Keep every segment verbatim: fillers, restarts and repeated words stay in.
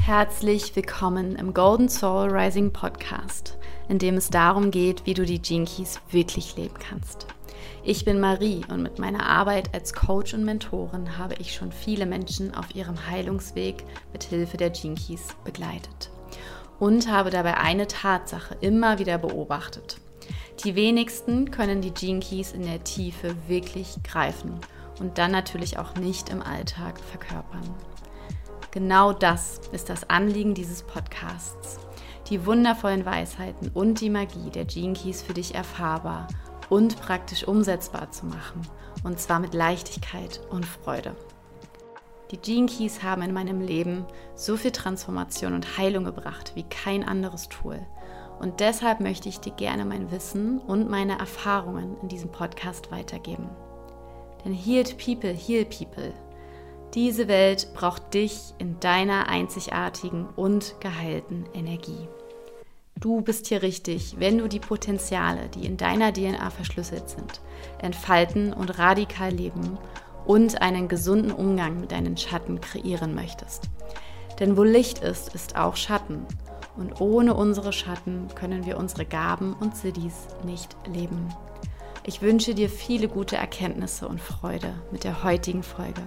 Herzlich willkommen im Golden Soul Rising Podcast, in dem es darum geht, wie du die Gene Keys wirklich leben kannst. Ich bin Marie und mit meiner Arbeit als Coach und Mentorin habe ich schon viele Menschen auf ihrem Heilungsweg mit Hilfe der Gene Keys begleitet und habe dabei eine Tatsache immer wieder beobachtet. Die wenigsten können die Gene Keys in der Tiefe wirklich greifen und dann natürlich auch nicht im Alltag verkörpern. Genau das ist das Anliegen dieses Podcasts, die wundervollen Weisheiten und die Magie der Gene Keys für dich erfahrbar und praktisch umsetzbar zu machen, und zwar mit Leichtigkeit und Freude. Die Gene Keys haben in meinem Leben so viel Transformation und Heilung gebracht wie kein anderes Tool. Und deshalb möchte ich dir gerne mein Wissen und meine Erfahrungen in diesem Podcast weitergeben. Denn Healed People heal People. Diese Welt braucht dich in deiner einzigartigen und geheilten Energie. Du bist hier richtig, wenn du die Potenziale, die in deiner D N A verschlüsselt sind, entfalten und radikal leben und einen gesunden Umgang mit deinen Schatten kreieren möchtest. Denn wo Licht ist, ist auch Schatten. Und ohne unsere Schatten können wir unsere Gaben und Siddhis nicht leben. Ich wünsche dir viele gute Erkenntnisse und Freude mit der heutigen Folge.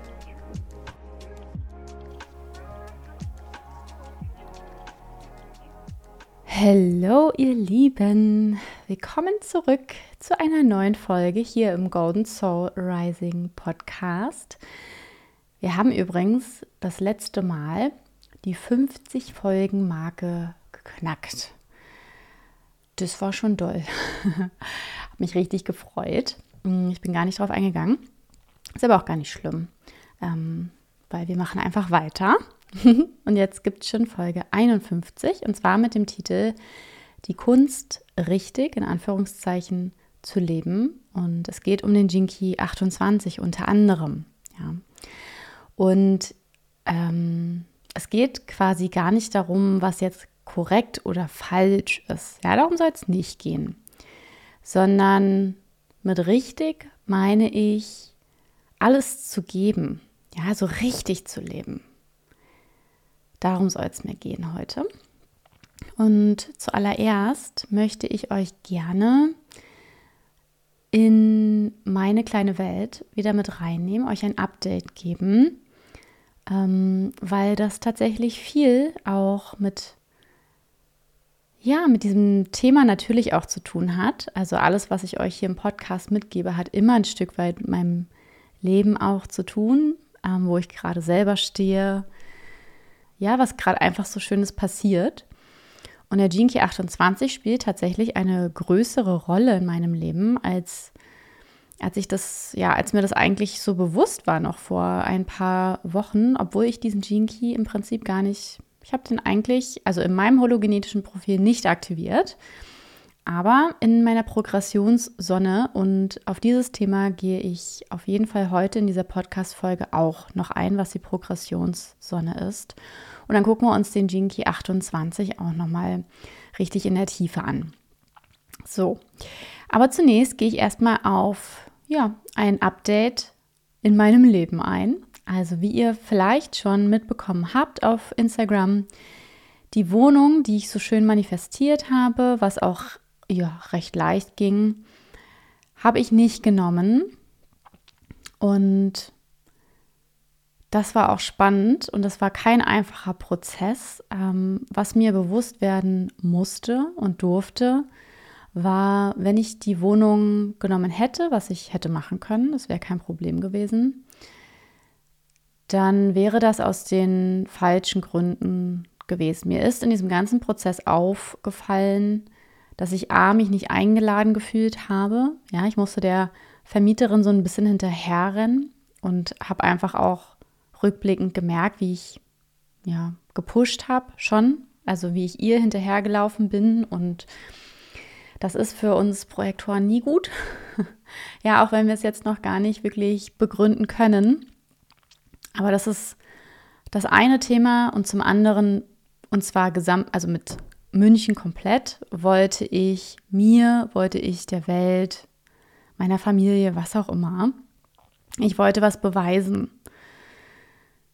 Hallo ihr Lieben, willkommen zurück zu einer neuen Folge hier im Golden Soul Rising Podcast. Wir haben übrigens das letzte Mal die fünfzig Folgen Marke geknackt. Das war schon doll. Habe mich richtig gefreut. Ich bin gar nicht drauf eingegangen. Ist aber auch gar nicht schlimm, ähm, weil wir machen einfach weiter. Und jetzt gibt es schon Folge einundfünfzig, und zwar mit dem Titel Die Kunst richtig, in Anführungszeichen, zu leben. Und es geht um den Gene Key achtundzwanzig unter anderem. Ja. Und ähm, es geht quasi gar nicht darum, was jetzt korrekt oder falsch ist. Ja, darum soll es nicht gehen. Sondern mit richtig meine ich, alles zu geben. Ja, so richtig zu leben. Darum soll es mir gehen heute. Und zuallererst möchte ich euch gerne in meine kleine Welt wieder mit reinnehmen, euch ein Update geben, ähm, weil das tatsächlich viel auch mit, ja, mit diesem Thema natürlich auch zu tun hat. Also alles, was ich euch hier im Podcast mitgebe, hat immer ein Stück weit mit meinem Leben auch zu tun, ähm, wo ich gerade selber stehe. Ja, was gerade einfach so Schönes passiert. Und der Gene Key achtundzwanzig spielt tatsächlich eine größere Rolle in meinem Leben, als, als ich das, ja, als mir das eigentlich so bewusst war noch vor ein paar Wochen, obwohl ich diesen Gene Key im Prinzip gar nicht, ich habe den eigentlich, also in meinem hologenetischen Profil nicht aktiviert, aber in meiner Progressionssonne, und auf dieses Thema gehe ich auf jeden Fall heute in dieser Podcast-Folge auch noch ein, was die Progressionssonne ist. Und dann gucken wir uns den Gene Key achtundzwanzig auch nochmal richtig in der Tiefe an. So, aber zunächst gehe ich erstmal auf, ja, ein Update in meinem Leben ein. Also wie ihr vielleicht schon mitbekommen habt auf Instagram, die Wohnung, die ich so schön manifestiert habe, was auch ja, recht leicht ging, habe ich nicht genommen. Und das war auch spannend und das war kein einfacher Prozess. Ähm, was mir bewusst werden musste und durfte, war, wenn ich die Wohnung genommen hätte, was ich hätte machen können, das wäre kein Problem gewesen, dann wäre das aus den falschen Gründen gewesen. Mir ist in diesem ganzen Prozess aufgefallen, dass ich A, mich nicht eingeladen gefühlt habe. Ja, ich musste der Vermieterin so ein bisschen hinterherrennen und habe einfach auch rückblickend gemerkt, wie ich ja gepusht habe schon, also wie ich ihr hinterhergelaufen bin, und das ist für uns Projektoren nie gut. Ja, auch wenn wir es jetzt noch gar nicht wirklich begründen können. Aber das ist das eine Thema, und zum anderen, und zwar gesamt, also mit München komplett, wollte ich mir, wollte ich der Welt, meiner Familie, was auch immer, ich wollte was beweisen.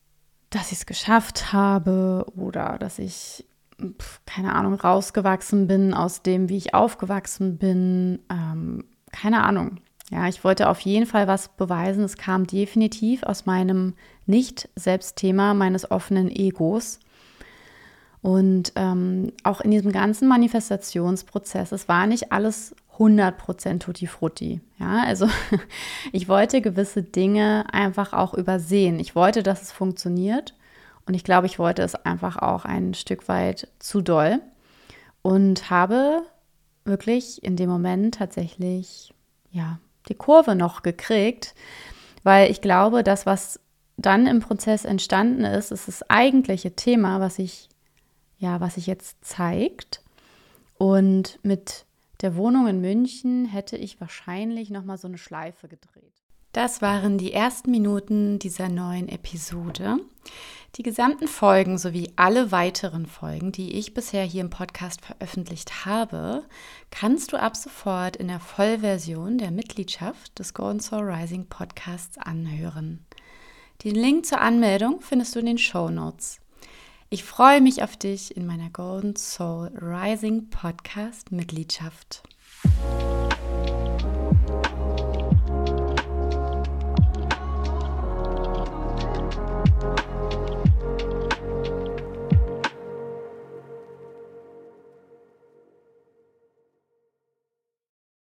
dass ich es geschafft habe oder dass ich, keine Ahnung, rausgewachsen bin aus dem, wie ich aufgewachsen bin. Ähm, keine Ahnung. Ja, ich wollte auf jeden Fall was beweisen. Es kam definitiv aus meinem Nicht-Selbstthema, meines offenen Egos. Und ähm, auch in diesem ganzen Manifestationsprozess, es war nicht alles hundert Prozent Tutti Frutti. Ja, also ich wollte gewisse Dinge einfach auch übersehen. Ich wollte, dass es funktioniert. Und ich glaube, ich wollte es einfach auch ein Stück weit zu doll. Und habe wirklich in dem Moment tatsächlich, ja, die Kurve noch gekriegt. Weil ich glaube, das, was dann im Prozess entstanden ist, ist das eigentliche Thema, was ich ja, was sich jetzt zeigt. Und mit der Wohnung in München hätte ich wahrscheinlich nochmal so eine Schleife gedreht. Das waren die ersten Minuten dieser neuen Episode. Die gesamten Folgen sowie alle weiteren Folgen, die ich bisher hier im Podcast veröffentlicht habe, kannst du ab sofort in der Vollversion der Mitgliedschaft des Golden Soul Rising Podcasts anhören. Den Link zur Anmeldung findest du in den Shownotes. Ich freue mich auf dich in meiner Golden Soul Rising Podcast Mitgliedschaft.